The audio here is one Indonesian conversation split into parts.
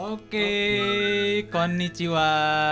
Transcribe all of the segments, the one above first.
Oke, konnichiwa.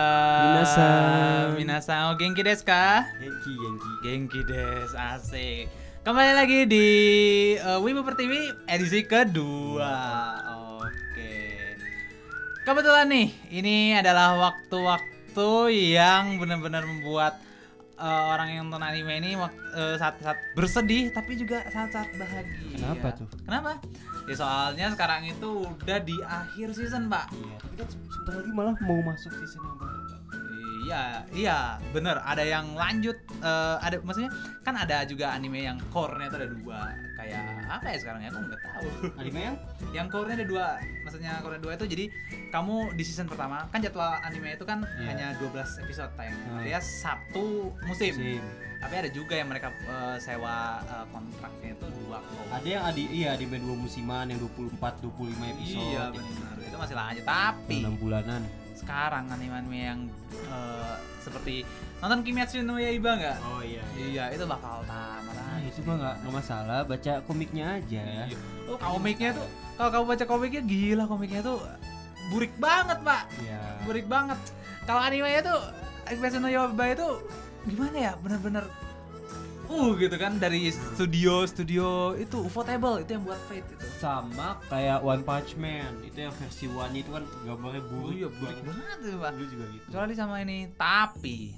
Minasan. Oh, genki desu ka? Genki desu, asik. Kembali lagi di Wibu Pertiwi edisi kedua. Oke. Kebetulan nih, ini adalah waktu-waktu yang benar-benar membuat orang yang nonton anime ini saat-saat bersedih tapi juga saat-saat bahagia. Kenapa tuh? Kenapa? Ya soalnya sekarang itu udah di akhir season, Pak. Iya, tapi kan sebentar lagi malah mau masuk season yang baru. Iya, bener. Ada yang lanjut, ada maksudnya kan ada juga anime yang core-nya itu ada 2. Kayak apa ya sekarang ya? Aku nggak tahu. Anime yang core-nya ada 2. Maksudnya core-nya 2 itu jadi kamu di season pertama kan jadwal anime itu kan hanya 12 episode tayangnya. Dia satu musim. Tapi ada juga yang mereka sewa kontraknya itu 2 kok. Ada yang anime 2 musiman yang 24 25 episode. Iya, benar. Itu masih lanjut tapi 6 bulanan. Sekarang anime-anime yang seperti nonton Kimetsu no Yaiba enggak? Oh iya. Iya, itu bakal tamat. Nah, itu mah enggak masalah, baca komiknya aja. Iya. Oh, komiknya tuh kalau kamu baca komiknya gila, komiknya tuh burik banget, Pak. Iya. Burik banget. Kalau animenya tuh Kimetsu no Yaiba itu gimana ya? Bener-bener gitu kan dari studio itu Ufotable itu yang buat Fate itu. Sama kayak One Punch Man, itu yang versi One itu kan gambarnya burik. Iya, burik banget tuh, Pak. Dulu juga gitu. Kecuali sama ini, tapi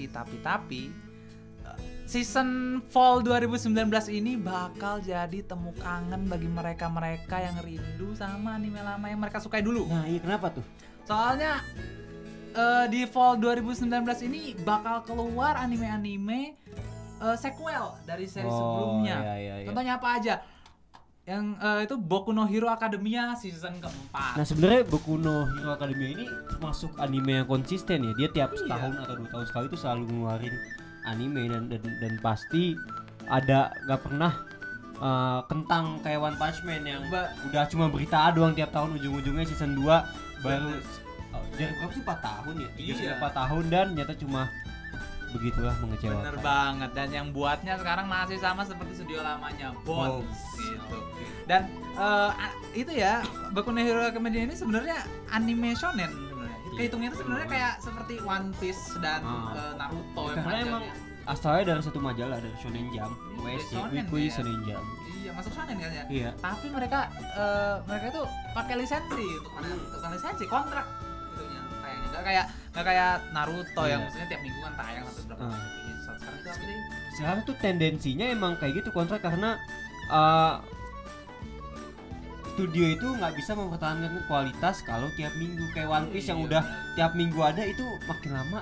season fall 2019 ini bakal jadi temu kangen bagi mereka-mereka yang rindu sama anime lama yang mereka sukai dulu. Nah, iya kenapa tuh? Soalnya di fall 2019 ini bakal keluar anime-anime sequel dari seri sebelumnya. Iya. Contohnya apa aja? Yang itu Boku no Hero Academia season keempat. Nah, sebenarnya Boku no Hero Academia ini termasuk anime yang konsisten ya. Dia tiap setahun atau 2 tahun sekali itu selalu ngeluarin anime dan pasti ada nggak pernah kentang kayak One Punch Man yang udah cuma berita doang tiap tahun, ujung-ujungnya season 2 baru dari berapa sih 4 tahun ya? 4 tahun dan nyata cuma begitulah mengecewakan. Bener banget, dan yang buatnya sekarang masih sama seperti studio lamanya, Bones gitu. Dan itu ya, Boku no Hero Academia ini sebenarnya anime shonen sebenarnya. Kehitungnya itu sebenarnya kayak seperti One Piece dan Naruto yang karena emang asalnya dari satu majalah, dari Shonen Jump, Weekly Shonen Jump. Iya, masuk shonen kan ya. Iya. Tapi mereka itu pakai lisensi untuk lisensi kontrak gitunya kayaknya. Nggak kayak Naruto yang maksudnya tiap minggu kan tayang satu berapa episode. Sekarang itu apa sih? Sekarang tuh tendensinya emang kayak gitu kontrak karena studio itu nggak bisa mempertahankan kualitas kalau tiap minggu kayak One Piece yang udah tiap minggu ada itu makin lama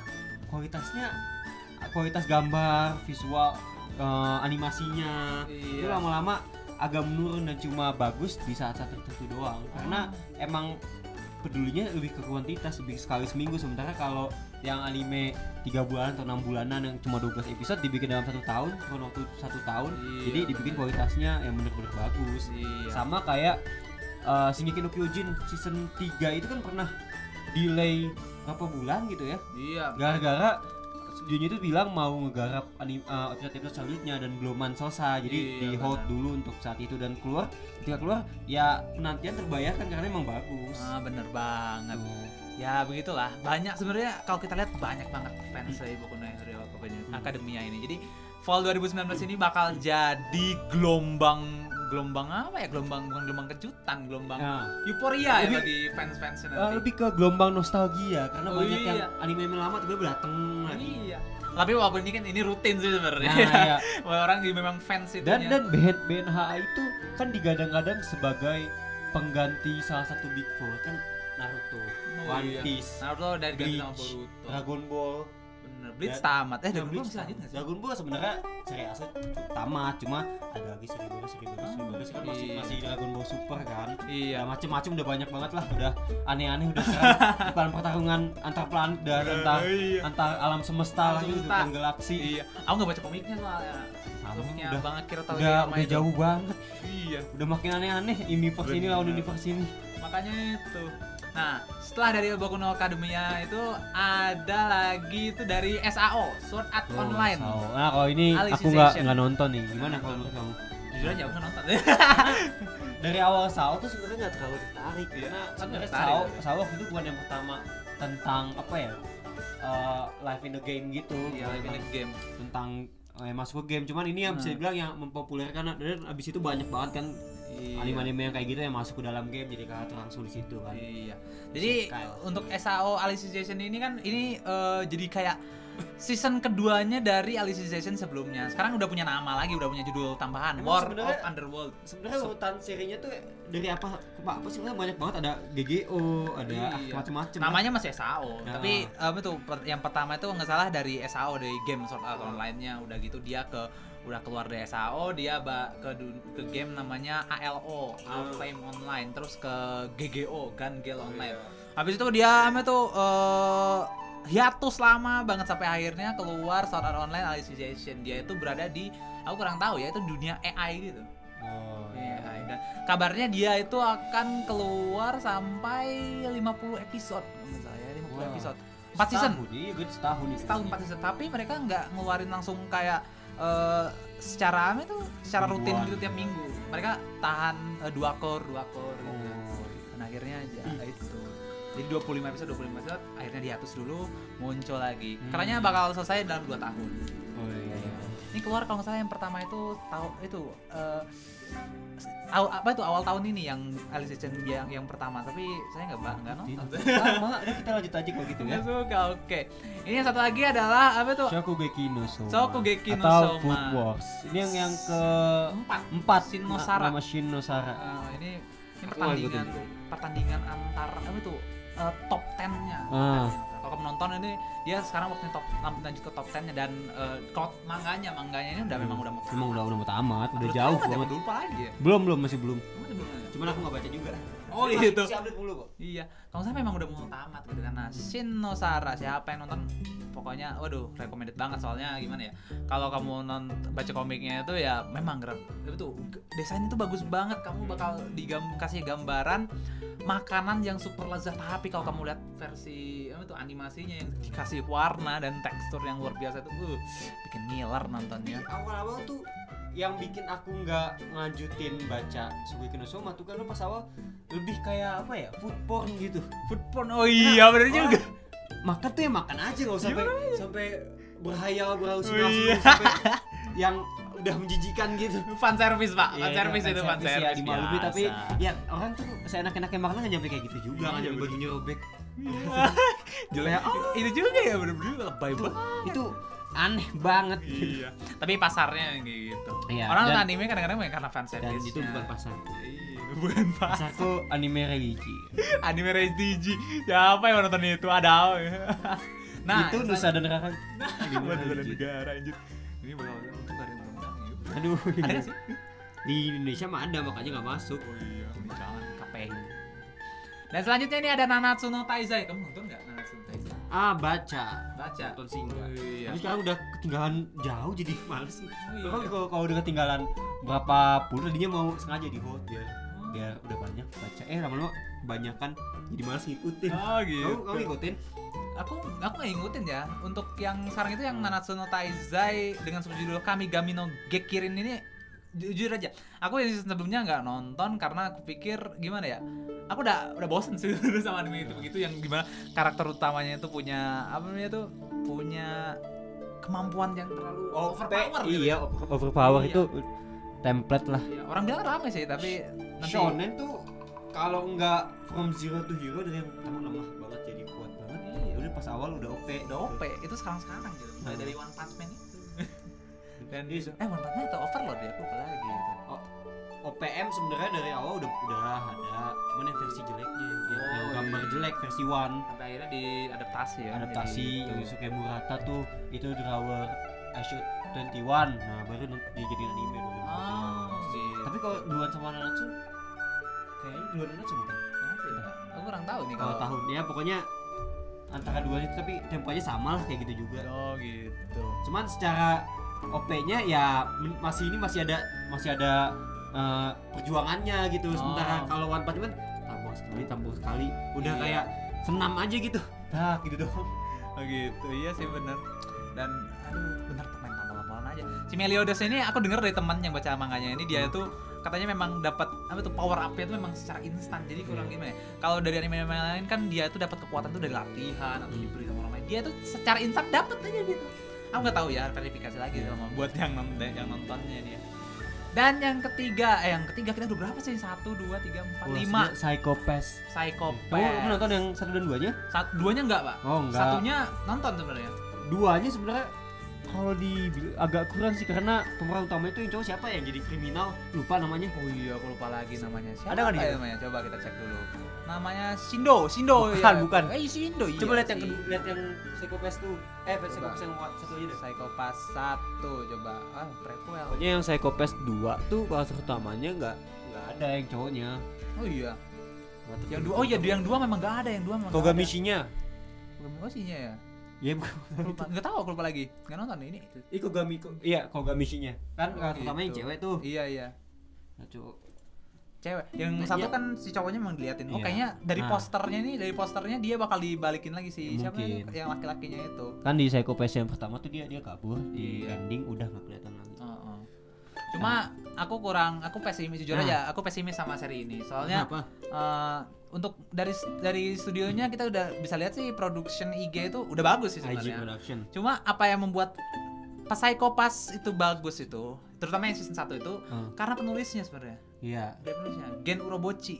kualitas gambar, visual, animasinya itu lama-lama agak menurun dan cuma bagus di saat-saat tertentu doang karena emang pedulinya lebih ke kuantitas, lebih sekali seminggu. Sementara kalau yang anime 3 bulan atau 6 bulanan yang cuma 12 episode dibikin dalam 1 tahun, kurun waktu 1 tahun, jadi dibikin kualitasnya yang benar-benar bagus. Sama kayak Shingeki no Kyojin season 3 itu kan pernah delay berapa bulan gitu ya. Gara-gara studionya itu bilang mau ngegarap episode selanjutnya dan belum selesai, jadi di hold dulu untuk saat itu, dan ketika keluar ya penantian terbayarkan karena emang bagus. Bener banget. Ya begitulah, banyak sebenarnya kalau kita lihat banyak banget fans dari Boku no Hero Academia ini. Jadi fall 2019 ini bakal jadi gelombang apa ya? Bukan gelombang kejutan, gelombang euforia ya bagi fans-fans nanti. Lebih ke gelombang nostalgia karena banyak yang anime lama tiba-tiba dateng lagi. Iya. Tapi walaupun ini rutin sih sebenarnya. Orang memang fans itu. Dan BNHA itu kan digadang-gadang sebagai pengganti salah satu Big Four kan, Naruto, One Piece, Naruto dari ganti sama Bleach, Boruto. Dragon Ball. Bleach tamat. Dragon Ball bisa lanjut nggak sih? Dragon Ball sebenarnya seri asal tamat, cuma ada lagi seri baru kan masih Dragon Ball Super kan. Iya. Ya, macem-macem udah banyak banget lah, udah aneh-aneh, udah bukan pertarungan antar planet, antar alam semesta lah, bukan galaksi. Iya. Aku nggak baca komiknya soalnya. Komiknya udah banget kira tahu udah jauh banget. Iya. Udah makin aneh-aneh universe ini lawan universe ini. Makanya itu. Nah, setelah dari Boku no Academia itu ada lagi itu dari SAO, Sword Art Online. Nah, kalau ini aku nggak nonton nih. Gimana kalau menurut kamu? Jujur aja aku nggak nonton. dari awal Sao tuh sebenarnya nggak terlalu tertarik karena Kan sebenarnya tertarik, Sao waktu itu bukan yang pertama tentang apa ya live in the game gitu. Iya, live in the game. Tentang masuk ke game, cuman ini yang bisa dibilang yang mempopulerkan dan abis itu banyak banget kan anime-anime yang kayak gitu yang masuk ke dalam game jadi karakter langsung di situ kan. Iya. Jadi untuk SAO Alicization ini kan jadi kayak season keduanya dari Alicization sebelumnya. Sekarang udah punya nama lagi, udah punya judul tambahan, War of Underworld. Sebenarnya urutan serinya tuh dari apa sih banyak banget, ada GGO, ada macam-macam. Namanya masih SAO, tapi itu yang pertama itu nggak salah dari SAO, dari game Sword Art Online-nya. Udah gitu dia udah keluar dari SAO, dia ke game namanya ALO, Flame Online, terus ke GGO, Gun Gale Online. Habis itu dia hiatus lama banget sampai akhirnya keluar Sword Art Online Alicization. Dia itu berada di, aku kurang tahu ya, itu dunia AI gitu. AI. Dan kabarnya dia itu akan keluar sampai 50 episode menurut saya, 50 episode. 4 season. Setahun 4 season, tapi mereka nggak ngeluarin langsung kayak secara rutin gitu tiap minggu. Mereka tahan 2 core gitu. Dan akhirnya aja itu. Jadi 25 episode akhirnya diatus dulu, muncul lagi. Karena bakal selesai dalam 2 tahun. Ini keluar kalau nggak salah yang pertama itu awal tahun ini yang Alicization yang pertama, tapi saya nggak nonton. Malah kita lanjut aja kalau gitu ya. Suka, oke. Ini yang satu lagi adalah apa tuh? Shokugeki no Shokugeki no atau Soma. Food Wars. Ini yang ke 4 Shin no Sara. Nama Shin no Sara. Ini pertandingan antar apa tuh? Top 10-nya. Kalau kamu nonton ini dia sekarang waktunya lanjut ke top 10-nya dan manganya ini memang udah mau tamat, udah jauh banget. Lupa lagi ya? Belum, masih belum. Cuman aku enggak baca juga. Oh gitu. Masih update dulu kok. Iya. Kalau saya memang udah mau tamat gitu karena Shin no Sara, siapa yang nonton pokoknya waduh recommended banget, soalnya gimana ya? Kalau kamu baca komiknya itu ya memang itu desainnya tuh bagus banget, kamu bakal kasih gambaran makanan yang super lezat, tapi kalau kamu lihat versi animasinya yang dikasih warna dan tekstur yang luar biasa itu bikin ngiler nontonnya. Awal-awal tuh yang bikin aku nggak ngelanjutin baca Shokugeki no Soma tuh kan pas awal lebih kayak apa ya, food porn gitu. Food porn, oh iya bener juga. Makan tuh ya makan aja, nggak usah sampai berhayal berhalusinasi sampai yang udah menjijikan gitu. Fan service pak, fan service itu fan service ya, dimaklumi, tapi ya orang tuh seenak-enaknya makan nggak nyampe kayak gitu juga, nggak nyampe bajunya robek. Jelek. Itu juga ya, bener-bener lebay banget. Itu aneh banget. Iya. Tapi pasarnya gitu. Iya, orang nonton anime kadang-kadang karena fan service. Dan itu bukan pasar. Iya, bukan pasar. Pasarku anime religi. Anime religi. Siapa yang nonton itu? Ada. Nah, itu Nusa dan Rara. Nusa dan Negara anjir. Ini bakal untung gak ada yang undang ya. Aduh. Ada gak sih? Di Indonesia mah ada, makanya enggak masuk. Oh iya, jangan KPI. Dan selanjutnya ini ada Nanatsu no Taizai. Kamu nonton enggak Nanatsu no Taizai? Baca. Nonton sih enggak. Iya. Tapi sekarang udah ketinggalan jauh jadi males. Kalau udah ketinggalan berapa puluh tadinya mau sengaja di hold biar udah banyak baca. Lama-lama kebanyakan jadi males ngikutin. Oh gitu. Kamu ngikutin? Aku nggak ngikutin ya. Untuk yang sekarang itu yang Nanatsu no Taizai dengan subjudul Kamigami no Gekirin ini, jujur aja, aku yang sebelumnya nggak nonton karena aku pikir gimana ya, aku udah bosen sih sama anime itu begitu, yang gimana karakter utamanya itu punya apa namanya tuh, punya kemampuan yang terlalu overpower gitu. Iya, overpower itu template lah. Iya, orang bilang ramai sih, tapi nanti shonen tuh kalau nggak from zero to hero dari yang pertama lemah banget jadi kuat banget. Ya udah pas awal udah OP itu sekarang gitu. Mulai dari One Punch Man itu. Dan One Punch Man atau Overlord ya, aku lupa lagi gitu. OPM sebenarnya dari awal udah ada, cuman yang versi jeleknya yang gambar jelek versi 1 sampai akhirnya diadaptasi ya. Yusuke Murata tuh itu drawer Aisho 21. Nah, baru dijadiin anime dulu. Tapi kalau duluan sama Nanatsu kayaknya duluan Nanatsu bukan? Aku kurang tahu nih kalau tahunnya, pokoknya antara dua itu, tapi temponya sama lah kayak gitu juga. Oh gitu. Cuman secara OP-nya ya masih ada perjuangannya gitu. Sementara kalau One Punch Man tambah sekali udah kayak senam aja gitu. Dah gitu doang. Oh gitu. Iya sih benar. Dan benar tuh main tambah-tambahan aja. Si Meliodas ini aku dengar dari teman yang baca manganya ini, dia itu katanya memang dapat apa tuh power up-nya itu memang secara instan. Jadi kurang gimana ya? Kalau dari anime lain kan dia tuh dapat kekuatan tuh dari latihan atau diberi sama orang lain. Dia tuh secara instan dapat aja gitu. Aku nggak tahu ya, verifikasi lagi sama buat yang nontonnya dia. Dan yang ketiga kita udah berapa sih? 1, 2, 3, 4, 5. Psycho Pass. Kamu nonton yang 1 dan 2-nya? 2-nya enggak, Pak. Oh, enggak. Satunya nonton sebenarnya. 2-nya sebenarnya kalau agak kurang sih karena pemeran utama itu yang cowok siapa yang jadi kriminal? Lupa namanya. Oh iya, aku lupa lagi namanya. Siapa? Ada nggak namanya? Coba kita cek dulu. Namanya Bukan. Ya. Shindo. Iya. Coba lihat yang Psycho Pass tuh. Psycho Pass yang satu aja deh. Psycho Pass 1 coba. Prequel. Pokoknya yang Psycho Pass 2 tuh karakter utamanya enggak ada yang cowoknya. Oh iya. Yang 2 yang 2 memang enggak ada, yang 2 memang. Kogamishnya. Kogamishnya ya. Iya, enggak tahu, aku lupa lagi. Enggak nonton ini. Kogamishnya. Kan karakter utamanya yang cewek tuh. Iya. Nah, cowok. Cewek. Yang satu kan si cowoknya memang diliatin. Oh, kayaknya dari posternya dia bakal dibalikin lagi sih. Siapa yang laki-lakinya itu? Kan di Psycho Pass yang pertama tuh dia kabur, di ending udah enggak kelihatan lagi. Cuma aku pesimis jujur aja. Aku pesimis sama seri ini. Soalnya untuk dari studionya kita udah bisa lihat sih production IG itu udah bagus sih sebenarnya. Cuma apa yang membuat Psycho Pass itu bagus itu, terutama yang season 1 itu karena penulisnya sebenarnya. Iya. Dia penulisnya Gen Urobuchi.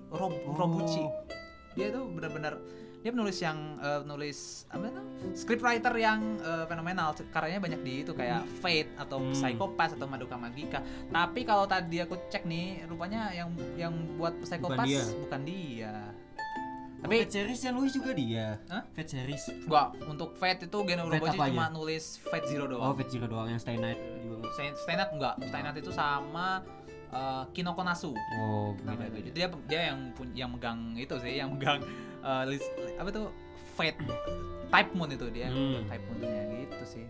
Dia tuh benar-benar dia penulis yang nulis apa itu? Scriptwriter yang fenomenal. Karyanya banyak di itu kayak Fate atau Psycho Pass atau Madoka Magica. Tapi kalau tadi aku cek nih, rupanya yang buat Psycho Pass bukan dia. Tapi Fate series yang nulis juga dia. Fate series. Enggak, untuk Fate itu Gen Urobuchi cuma nulis Fate Zero doang. Oh, Fate Zero doang, yang Stay Night juga. Stay Night enggak. Stay Night itu sama Kinoko Nasu. Oh, beda. Dia yang megang itu sih, yang megang list apa tuh Fate Type Moon itu dia Type Moon-nya gitu sih.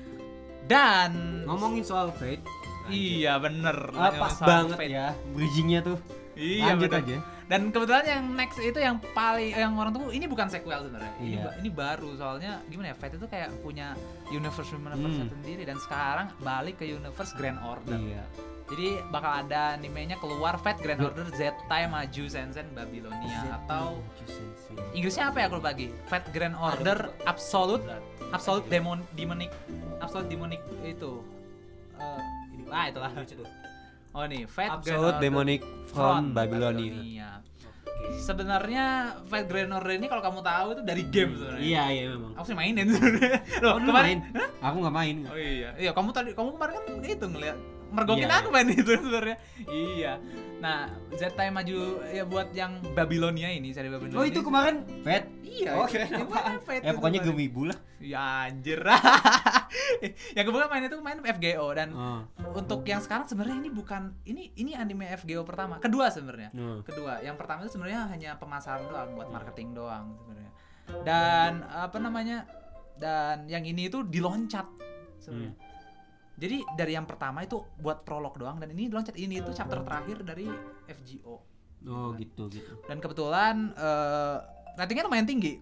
Dan ngomongin soal Fate, iya bener. Pas banget Fate. Ya bridging-nya tuh. Iya lanjut bener aja. Dan kebetulan yang next itu yang paling yang orang tunggu, ini bukan sequel sebenarnya. Iya. Ini baru, soalnya gimana ya, Fate itu kayak punya universe sendiri dan sekarang balik ke universe Grand Order. Iya. Jadi bakal ada animenya keluar Fate Grand Order Zettai Maju Sensen Babylonia atau Inggrisnya apa ya aku lupa lagi. Fate Grand Order Absolute Demonic itu. Itulah. Oh nih, Fate Absolute Demonic from Babylonia. Sebenarnya Fate Grand Order ini kalau kamu tahu itu dari game sebenarnya. Iya memang. Aku sih mainin sebenarnya. Loh, kemarin aku nggak main. Oh iya. Iya, kamu kemarin kan itu ngeliat mergokin aku main itu sebenarnya. Iya. Nah, Zettai Maju ya buat yang Babylonia ini, seri Babylonia. Oh, itu kemarin Fate. Iya. Oh, keren. Ya pokoknya Gemibu lah. Ya anjir. Yang kebetulan main FGO dan untuk yang sekarang sebenarnya ini bukan ini anime FGO pertama, kedua sebenarnya. Kedua. Yang pertama itu sebenarnya hanya pemasaran doang buat marketing doang sebenarnya. Dan dan yang ini itu diloncat sebenarnya. Jadi dari yang pertama itu buat prolog doang dan ini loncat, ini itu chapter terakhir dari FGO. Oh gitu. Dan kebetulan ratingnya lumayan tinggi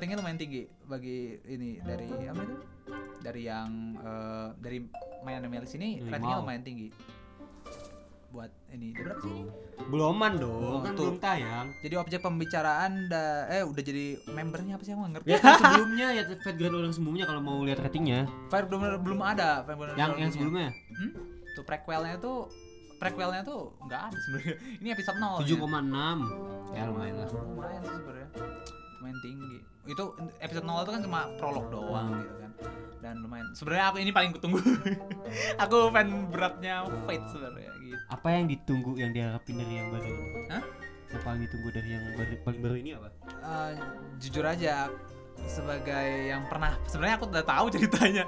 bagi ini dari apa itu? Dari yang dari main analis ini ratingnya lumayan tinggi. Buat ini berapa sih ini? Beluman dong, kan belum tayang. Jadi objek pembicaraan udah jadi membernya apa sih, aku nggak ngerti. Ya sebelumnya ya Fate Grand Order sebelumnya kalau mau lihat ratingnya. Fate belum ada. Yang sebelumnya? Tuh prequelnya tuh nggak ada sebenarnya. Ini episode 0. 7,6. Ya lumayan lah. Lumayan sih sebenarnya. Lumayan tinggi. Itu episode 0 itu kan cuma prolog doang gitu kan. Dan lumayan. Sebenarnya aku ini paling kutunggu. Aku fan beratnya Fate sebenarnya gitu. Apa yang ditunggu, yang diharapin dari yang baru ini? Hah? Apa yang ditunggu dari yang paling baru ini apa? Jujur aja sebagai yang pernah, sebenarnya aku udah tahu ceritanya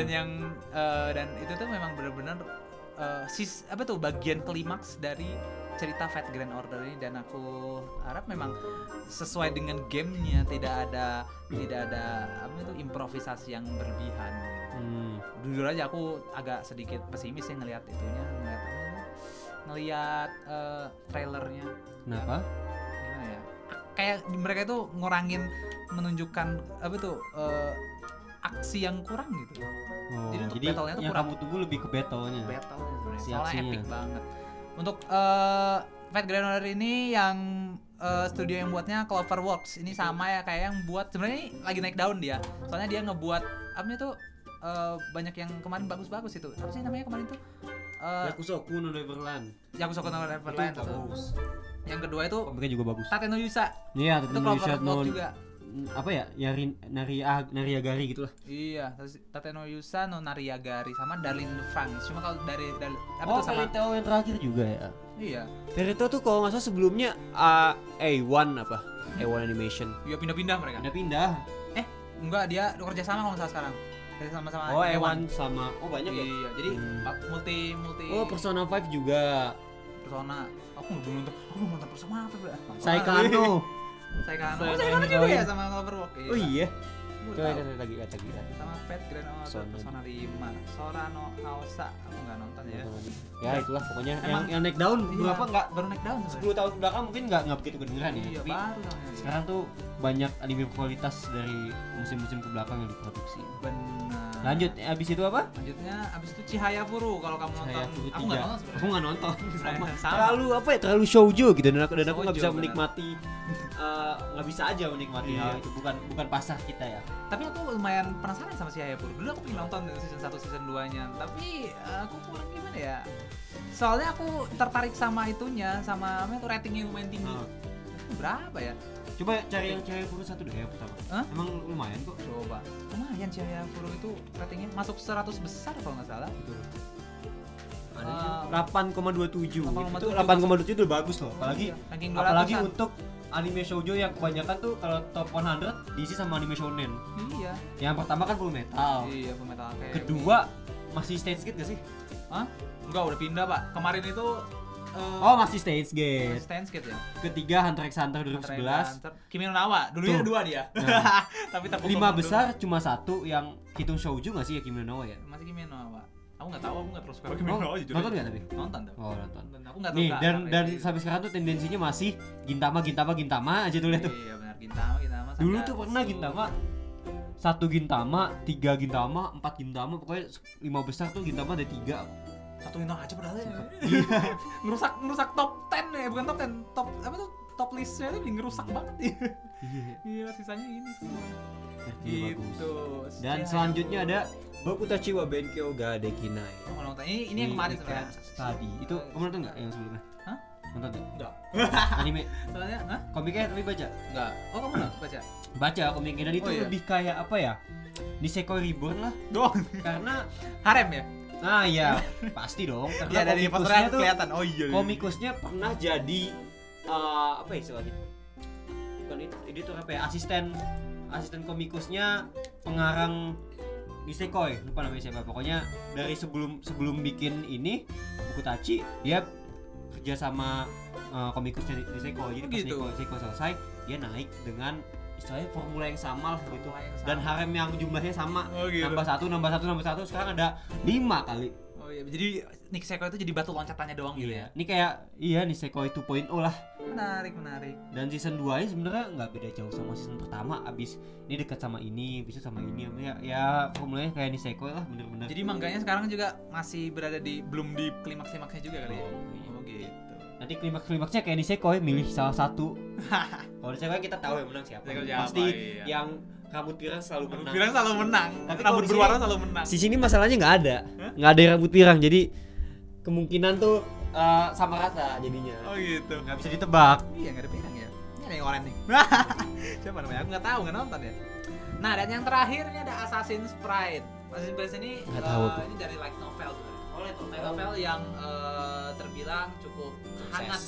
dan itu tuh memang benar-benar bagian klimaks dari cerita Fate Grand Order ini, dan aku harap memang sesuai dengan gamenya, tidak ada improvisasi yang berlebihan. Jujur aja aku agak sedikit pesimis ya ngelihat trailernya. Kenapa? Gimana ya? Kayak mereka itu menunjukkan aksi yang kurang gitu. Jadi untuk battle-nya tuh yang kurang. kamu tunggu lebih ke battle-nya. Battle-nya sebenarnya. Soalnya epic banget. Untuk Fate Grand Order ini yang studio yang buatnya Cloverworks. Ini sama ya kayak yang buat sebenarnya ini lagi naik daun dia. Soalnya dia ngebuat apa tuh banyak yang kemarin bagus-bagus itu. Apa sih namanya kemarin tuh? Yakusoku no Neverland. Yakusoku no Neverland. Bagus. Yang kedua itu Komiknya juga bagus. Tate no Yusa. Iya, Itu Tate no Yusa Cloverworks juga. apa ya? Nariagari gitu lah. Iya, Tate no Yusa no Nariagari sama Darlin Franks. Cuma kalau dari apa Oh, tuh sama Fairy Tail yang terakhir juga ya. iya. Fairy Tail tuh kalau nggak salah sebelumnya A1 apa? A1 Animation. Iya pindah-pindah mereka. Pindah. Enggak, dia kerja sama kalau nggak salah sekarang. Kerja sama-sama Oh, A1. A1 sama. Oh, banyak ya. Iya, jadi multi Oh, Persona 5 juga. Persona. Aku belum nonton Persona apa, Bro? Saikano. Saikano. Saikano Saikano juga Heroine. ya sama Cloverworks. Oh iya. Coba Coba lagi. sama Fate Grand Order Persona 5. Sora no Aosa. Aku enggak nonton ya. Ya itulah pokoknya Emang- yang naik daun Iya, berapa enggak baru naik daun 10 tahun belakang mungkin enggak begitu kedengeran ya. Iya, Tapi baru soalnya. sekarang tuh banyak anime kualitas dari musim-musim ke belakang yang diproduksi. Benar. Lanjut, abis itu apa? Lanjutnya abis itu Chihaya Furu kalau kamu nonton. Saya Furu Aku 3. enggak nonton sebenarnya. Aku enggak nonton. Sama. Terlalu apa ya? Terlalu shoujo gitu dan aku enggak Shoujo, bisa benar. menikmati nggak bisa aja menikmati Iya. hal itu bukan pasar kita ya. Tapi aku lumayan penasaran sama Chihaya Furu. Dulu aku pengen nonton season 1 season 2-nya, tapi aku kurang gimana ya? Soalnya aku tertarik sama itunya, sama apa tuh ratingnya lumayan tinggi. Berapa ya? Coba cari yang cewek Furu 1 deh yang pertama. Hah? Emang lumayan kok. Coba. Lumayan Chihaya Furu itu ratingnya masuk 100 besar kalau nggak salah. Ada Ah. 8,27. Itu 8,27. 8,27 itu bagus loh. Apalagi Iya, ranking 200-an. apalagi untuk anime shoujo yang kebanyakan tuh kalau top 100 diisi sama anime shonen. Iya. Yang pertama kan Full Metal. Iya, Fullmetal Alchemist. Kedua masih Steins Gate gak sih? Hah? Enggak, udah pindah, Pak. Kemarin itu Oh, masih Steins Gate. Steins Gate ya. Ketiga Hunter x Hunter 2011. Kimi no Na wa, dulunya Tuh. 2 dia. Nah. Tapi tepuk 5 tangan besar cuma satu yang hitung shoujo gak sih ya Kimi no Na wa ya? dulu. Masih Kimi no Na wa. Aku enggak tahu, aku enggak terus suka Kimi no Na wa jujur. Nonton gak tapi? Nonton tuh. Oh, nonton. Aku enggak Nih, suka. dan sampai sekarang tuh tendensinya masih Gintama aja tuh lihat tuh. Iya, benar Gintama sampai Dulu tuh pernah Gintama 1 Gintama, 3 Gintama, 4 Gintama, pokoknya 5 besar tuh Gintama ada 3. satu Gintama aja padahal ya. Iya. ngerusak top 10 ya, bukan top 10, top apa tuh? Top listnya itu ngerusak banget ya. Iya. Iya, sisanya ini semua. Vertinya bagus. Gitu. Dan selanjutnya ada Bokutachi wa Benkyo ga Dekinai. Aku nonton. Ini yang kemarin sebenarnya. Tadi. Itu kamu nonton enggak yang sebelumnya? Hah? Nonton enggak? Enggak. Anime. Soalnya, hah? Komiknya tapi baca. Enggak. Oh, kamu enggak baca? Baca komiknya dan itu Oh, iya. lebih kayak apa ya? Nisekoi Reborn lah. Doang. Karena Harem ya? iya, pasti dong. Karena Ya dari komikusnya posternya tuh kelihatan. Oh iya. komikusnya pernah jadi apa ya istilahnya? Bukan itu tuh apa ya? Asisten komikusnya pengarang Nisekoi, lupa namanya siapa. Pokoknya dari sebelum bikin ini Bokutachi dia kerja sama komikusnya Nisekoi. Jadi pas Gitu. Nisekoi selesai, dia naik dengan istilahnya formula yang sama lah gitu. Formula yang sama. Dan harem yang jumlahnya sama. Oh, gitu. Nambah satu, sekarang ada 5 kali. Oh iya, jadi Nisekoi itu jadi batu loncatannya doang gitu ya. Ini kayak Nisekoi 2.0 lah. Menarik. Dan season 2 ini sebenarnya nggak beda jauh sama season pertama. Abis ini dekat sama ini, bisa sama ini. Ya formulanya kayak Nisekoi lah bener-bener. Jadi mangganya sekarang juga masih berada belum di klimaks-klimaksnya juga kali ya. Oh gitu. Nanti klimaks-klimaksnya kayak Nisekoi milih salah satu. Kalau Nisekoi kita tahu yang menang siapa. Nisekoi siapa, Pasti iya. yang rambut pirang selalu menang. Bilang selalu menang. Tapi Rambut kalau di sini- berwarna selalu menang. Di sini masalahnya nggak ada yang rambut pirang. Jadi kemungkinan tuh sama rata jadinya. Oh gitu. Nggak bisa ditebak. Iya, nggak ada pirang ya. Ini ada yang oranye nih. Siapa namanya? Aku nggak tahu, nggak nonton ya. Nah, dan yang terakhir ini ada Assassin's Pride. Assassin's Pride ini Nggak tahu tuh. ini dari light novel sebenarnya. Light novel yang terbilang cukup hangat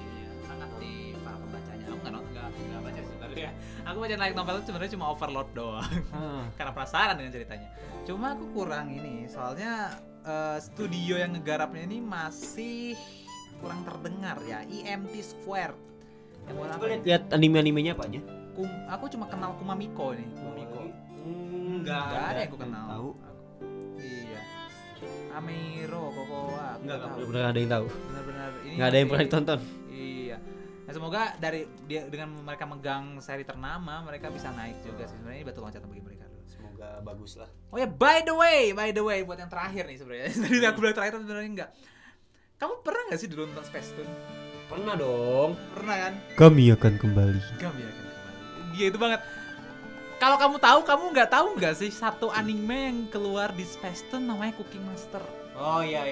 di para pembacanya. Aku nggak nonton, nggak baca sih sebenarnya. Aku baca light novel itu sebenarnya cuma overload doang. Karena penasaran dengan ceritanya. Cuma aku kurang ini, soalnya studio yang ngegarapnya ini masih kurang terdengar ya. EMT Square. Yang buat apa? Lihat anime-animenya apa aja? Aku cuma kenal Kumamiko nih. Kumamiko. Nggak ada yang aku kenal. Tahu. Iya. Amiro, Kokoa. aku Nggak tahu. benar ada yang tahu. Benar-benar ini. Nggak ada yang masih- pernah ditonton. Iya. Nah, semoga dari dia dengan mereka megang seri ternama, mereka bisa naik juga sih. Sebenarnya ini batu loncatan bagi mereka. Semoga bagus lah. Oh ya, by the way, buat yang terakhir nih sebenarnya. Tadi aku bilang terakhir tapi sebenarnya enggak. Kamu pernah nggak sih dulu nonton Space Tune? Pernah dong. Pernah kan? Kami akan kembali. Kami akan kembali. Dia itu banget. Kalau kamu tahu, kamu tahu nggak sih satu anime yang keluar di Space Tune namanya Cooking Master? Oh iya.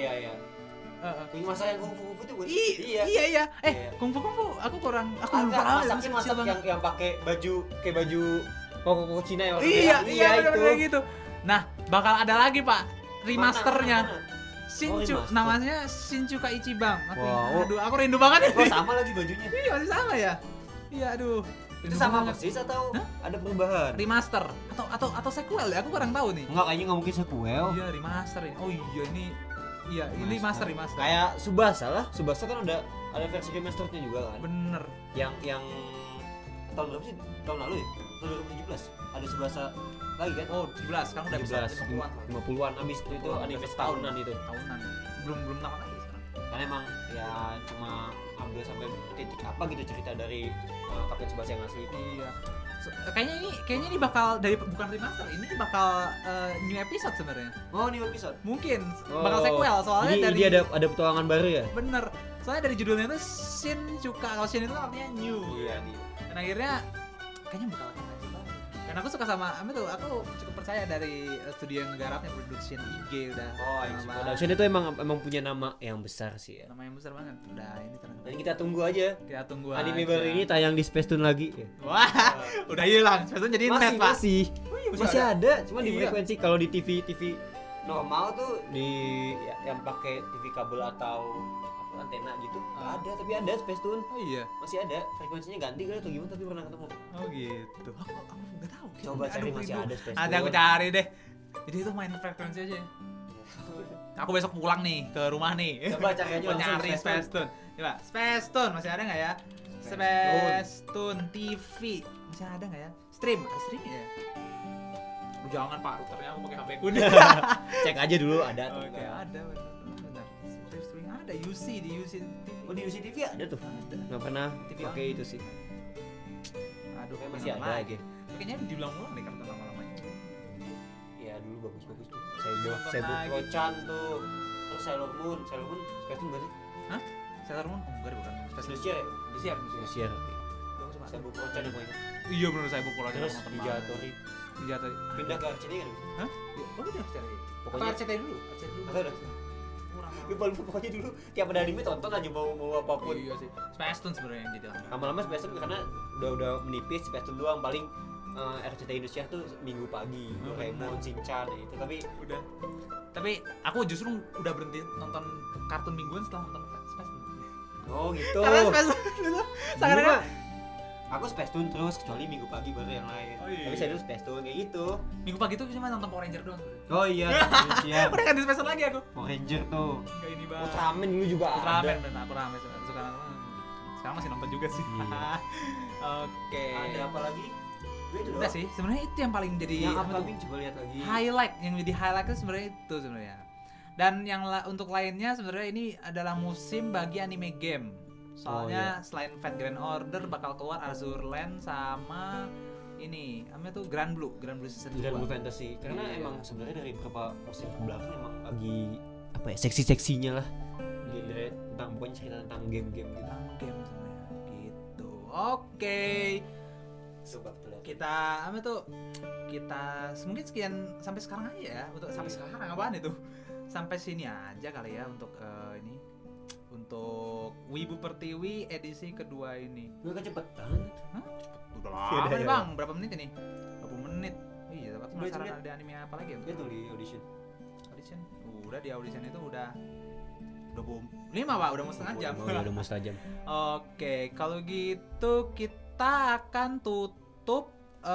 Yang masak yang kungfu itu bukan? Iya. Iya. Kungfu aku lupa. Masaknya masak yang pakai baju kayak baju koko Cina ya. Iya itu. Gitu. Nah, bakal ada lagi Pak remasternya. Shinchu, namanya Shinchu Kaichibang. Aduh, aku rindu banget. Oh sama lagi bajunya. Iya masih sama ya. Iya aduh. Itu sama persis atau ada perubahan? Remaster atau sequel ya? Aku kurang tahu nih. Enggak, kayaknya nggak mungkin sequel. Iya remaster ini. Oh iya ini. Iya ini remaster. Kayak Tsubasa lah. Tsubasa kan ada versi remasternya juga kan. Bener. Yang tahun berapa sih? Tahun lalu ya? Tahun 2017. Ada Tsubasa lagi kan? Oh 17 kan udah bisa 50-an habis itu anime tahunan itu. Tahunan. Belum tamat lagi sekarang. Karena emang ya cuma ambil sampai titik apa gitu cerita dari Kapten Tsubasa yang ngasih. Iya. Kayaknya ini bakal dari bukan remaster, ini bakal new episode sebenarnya. Oh, new episode. Mungkin bakal sequel soalnya jadi, dari dia ada petualangan baru ya? Bener. Soalnya dari judulnya itu Shinjuka. Kalau Shin itu artinya new. Iya nih. Dan akhirnya kayaknya bakal ada episode baru. Dan aku suka sama aku cukup percaya dari studio yang nggarapnya Production IG udah. Oh, Production itu emang punya nama yang besar sih ya. Nama yang besar banget. Udah ini ternyata. Dan kita tunggu aja. Anime baru ini tayang di Space Tune lagi. Wah, udah hilang. Space Tune jadi net, Pak. Masih ada, cuma di frekuensi kalau di TV normal tuh di yang pakai TV kabel atau antena gitu ada, tapi ada Space Tune. Oh iya, masih ada. Frekuensinya ganti kali atau gimana, tapi pernah ketemu. Oh gitu. Aku nggak tahu. Coba cari masih ada Space Tune. Nanti aku cari deh. Jadi itu main frekuensi aja. Aku besok pulang nih ke rumah nih. Coba cari aja langsung nyari Space Tune. Coba Space Tune masih ada nggak ya? Space Tune TV masih ada nggak ya? Stream ya? Jangan Pak, routernya aku pakai HP ku nih. Cek aja dulu ada atau enggak. Oke, ada benar. Stream ada UC di UC TV. Oh, di UC TV ada tuh. Enggak pernah pakai itu sih. Aduh, masih ada lagi. Kayaknya diulang-ulang deh kartu lama-lamanya. Ya, dulu bagus-bagus tuh. Sebo Kocan tuh. Terus Sailor Moon Space Tune enggak sih? Hah? Sailor Moon? Oh, enggak bukan. Lucia ya? Lucia. Sebo Kocan yang banyak. Iya benar, saya Kocan. Terus Hijatori. Pindah ke RCTI kan? Hah? Oh, pindah ke RCTI. Pokoknya RCTI dulu. Lupa pokoknya dulu tiap ada anime tonton aja mau apapun. Iya sih. Space Tune sebenarnya yang jadi lama-lama Space Tune karena udah menipis. Space Tune doang paling RCTI Indonesia tuh minggu pagi. Doraemon, Shinchan itu tapi aku justru udah berhenti nonton kartun mingguan setelah nonton Space Tune. Oh gitu. Karena Space Tune itu sangat aku Space Tune terus kecuali minggu pagi baru yang lain. Oh, iya. Tapi saya dulu Space Tune kayak gitu. Minggu pagi tuh cuma nonton Power Ranger doang. Oh iya, siap. Udah ganti Space Tune lagi aku. Power Ranger tuh. Kayak ini banget. Ultraman dulu juga ada. Ultraman dan aku rame suka nonton. Sekarang masih nonton juga sih. Iya. Oke. Ada apa lagi? Itu udah sih, sebenarnya itu yang paling jadi coba lihat lagi. Highlight yang jadi highlight itu sebenarnya itu sebenarnya. Dan yang untuk lainnya sebenarnya ini adalah musim bagi anime game. Soalnya selain Fate Grand Order bakal keluar Azure Land sama ini namanya tuh Grand Blue season 2. Grand Blue Fantasy. Karena emang sebenarnya dari beberapa musim kebelakang emang lagi apa ya, seksi-seksinya lah. Genre tentang pokoknya cerita tentang game-game gitu. Tentang game sebenarnya gitu. Oke. Coba kita mungkin sekian sampai sekarang aja ya. Untuk sampai sekarang apaan itu? Sampai sini aja kali ya untuk ini. Untuk Wibu Pertiwi edisi kedua ini. Gue kecepetan. Hah? Udah lama nih Bang, berapa menit ini? 20 menit. Iya, tapi penasaran ada anime apa lagi ya? Itu di audition. Udah di audition itu udah 25 Pak, udah mau setengah jam. Udah mau setengah jam. Oke, kalau gitu kita akan tutup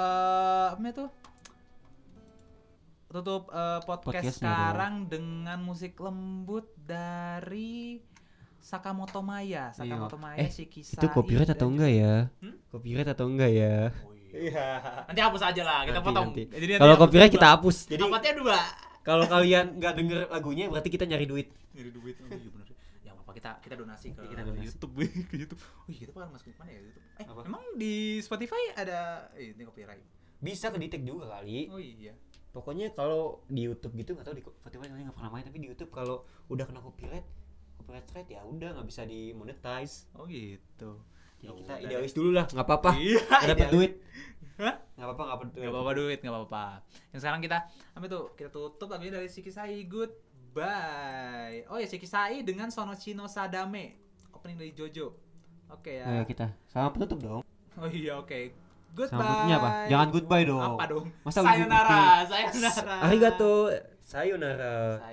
podcast sekarang dengan musik lembut dari Sakamoto Maya si kisah. Itu copyright atau enggak ya? Copyright atau enggak ya? Oh iya. Nanti hapus aja lah, kita potong. Kalau copyright kita hapus. Jadi dapatnya 2. Kalau kalian enggak denger lagunya berarti kita nyari duit. Oh iya benar. Ya apa kita donasi ke YouTube. Ke YouTube. Oh iya, kita bakal masukin mana ya YouTube? Emang di Spotify ada ini copyright? Bisa kedetek juga kali. Oh iya. Pokoknya kalau di YouTube gitu enggak tahu di Spotify enggak pernah main, tapi di YouTube kalau udah kena copyright copyright strike ya udah nggak bisa dimonetize. Oh gitu. Ya kita idealis dulu lah, nggak apa-apa. Iya, dapat duit. Hah? Nggak apa-apa, Nggak apa-apa. Yang sekarang kita kita tutup lagunya dari Shikisai, Goodbye. Oh ya, Shikisai dengan Sonochi no Sadame, opening dari JoJo. Oke ya. Ayo kita sama penutup dong. Oh iya, oke. Goodbye. Sama penutupnya apa? Jangan goodbye dong. Apa dong? Masa sayonara. Arigato. Sayonara.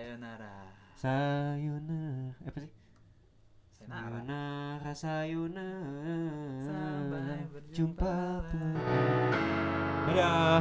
Apa sih? Sayonara. Sampai berjumpa. Dadah.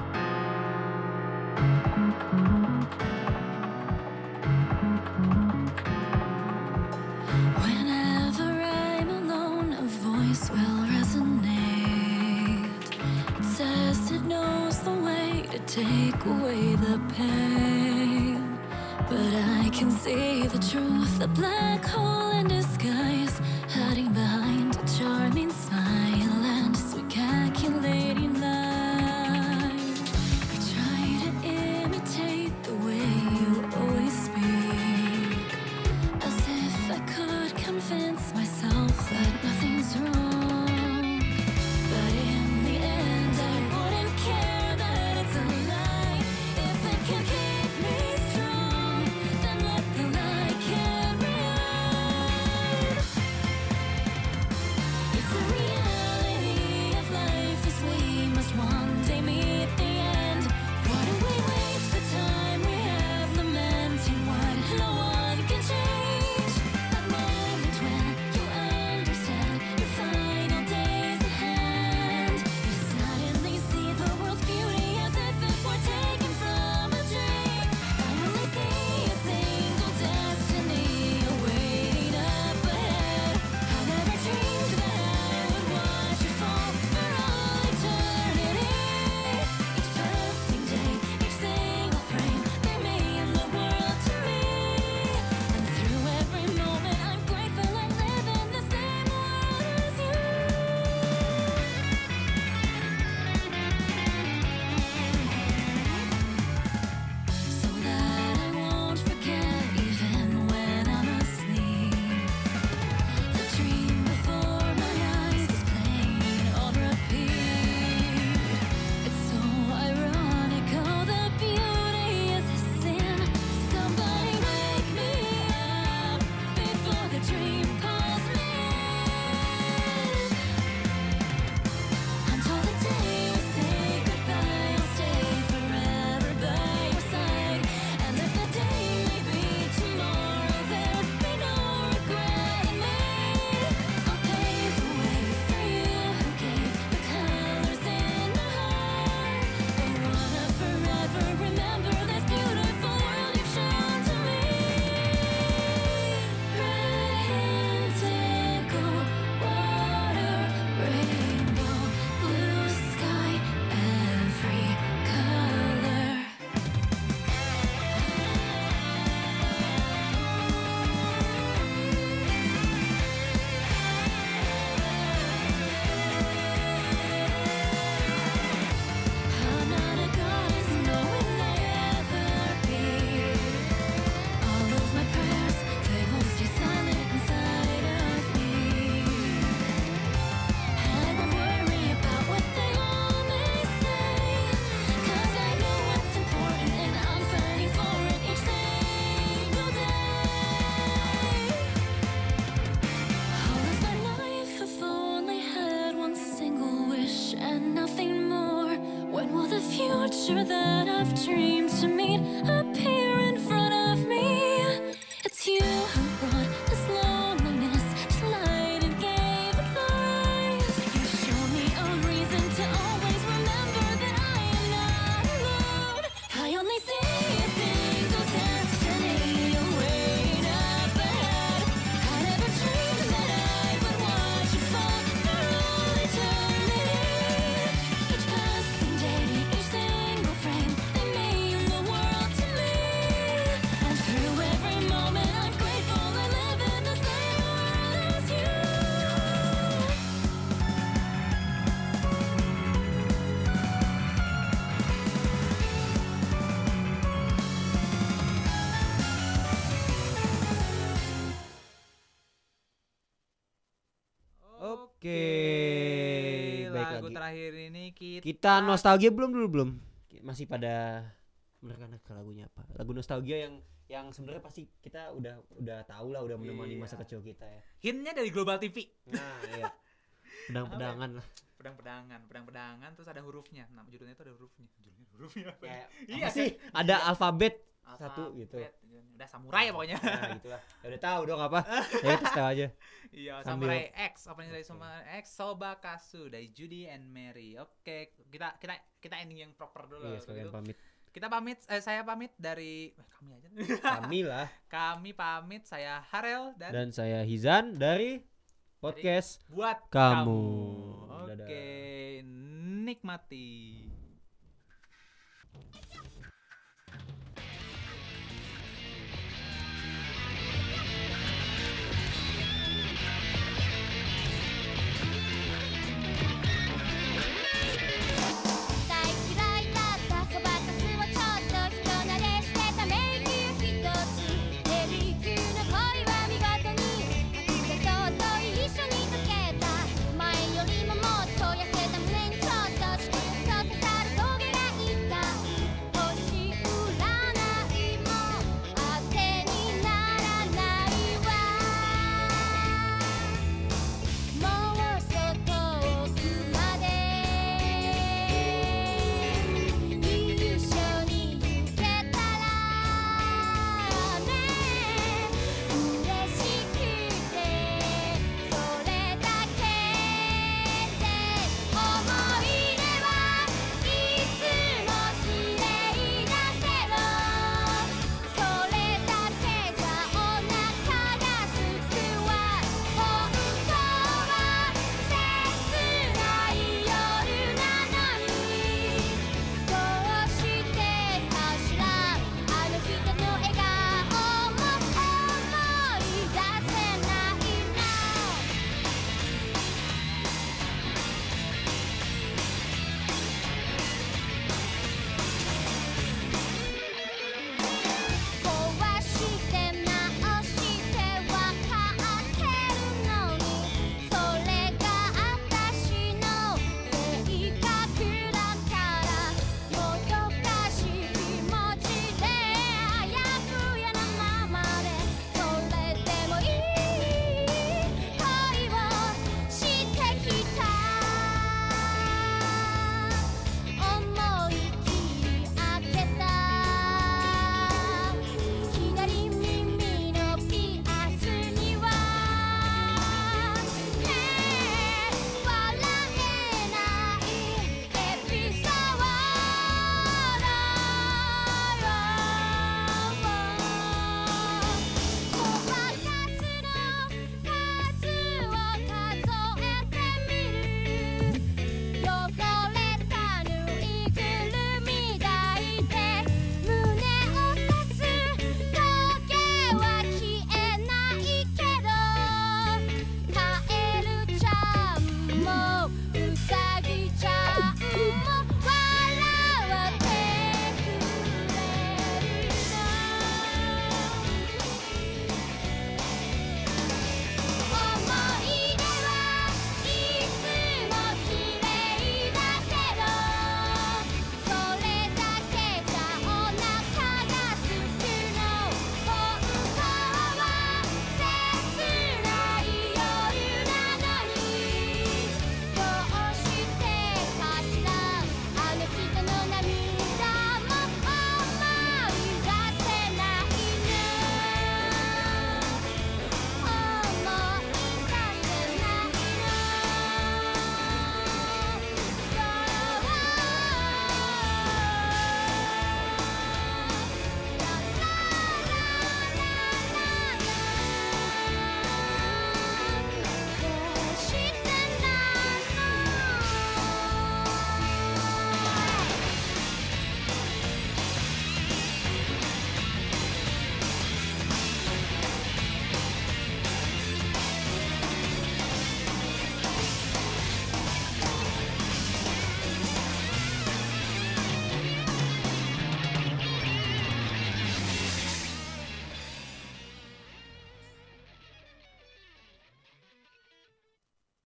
Whenever I'm alone, a voice will resonate. It says it knows the way to take away the pain. But I can see the truth, a black hole in disguise, hiding behind a charming smile and sweet calculating lies. I try to imitate the way you always speak, as if I could convince myself that nothing's wrong. But in the end, I wouldn't care that it's a lie. If it can keep me strong, then let the lie carry on. If the reality of life is we must one day meet the end, why do we waste the time we have lamenting what no one can change? That moment when you understand your final days at hand, you suddenly see the world's beauty as if it were taken from a dream. I only see a single destiny awaiting up ahead. I never dreamed that I would watch you fall for all eternity. Each passing day, each single frame, they mean the world to me. And through every moment, I'm grateful I live in the same world as you. So that I won't forget even when I'm asleep. The dream before my eyes is playing on repeat. It's so ironic how the beauty is a sin. Somebody wake me up before the dream calls me in. Until the day we say goodbye, I'll stay forever by your side. And if the day may be tomorrow, there'll be no regret in me. I'll pave the way for you who gave the colors in my heart. I wanna forever remember this beautiful world you've shown to me. Red indigo, water, rainbow, blue sky, every color. I'm not a goddess, no will I ever be. All of my prayers, they will stay silent inside of me. And I won't worry about what they all may say, 'cause I know what's important and I'm fighting for it each single day. All of my life I've only had one single wish and nothing more. When will the future that I've dreamed to meet appear in front of me? It's you who brought this loneliness to light and gave it life. You show me a reason to always remember that I am not alone. I only see a single destiny awaiting up ahead. I never dreamed that I would watch you fall for all eternity. Each passing day, each single frame, they mean the world to me. Oke. Baik lagu lagi. terakhir ini Kita nostalgia belum? Masih pada menerka lagunya apa? Lagu nostalgia yang sebenarnya pasti kita udah tahu lah, udah menemani masa kecil kita ya. hintnya dari Global TV. Nah, iya. Pedang-pedangan lah. Pedang-pedangan terus ada hurufnya. Nama judulnya itu ada hurufnya. Apa? Kayak Iya apa sih? Ada alfabet Alfabet. satu gitu. Udah samurai pokoknya. Nah, gitulah. Ya udah tahu dong apa. Ya kita tahu aja. Iya, Sambil- Samurai X, apanya dari Samurai X, Sobakasu dari Judy and Mary. Oke, kita ending yang proper dulu. Iya, sekalian begitu. pamit. Kita pamit, saya pamit dari kami aja. Kami lah. Kami pamit, saya Harel Dan saya Hizan dari podcast buat Kamu. Oke, nikmati.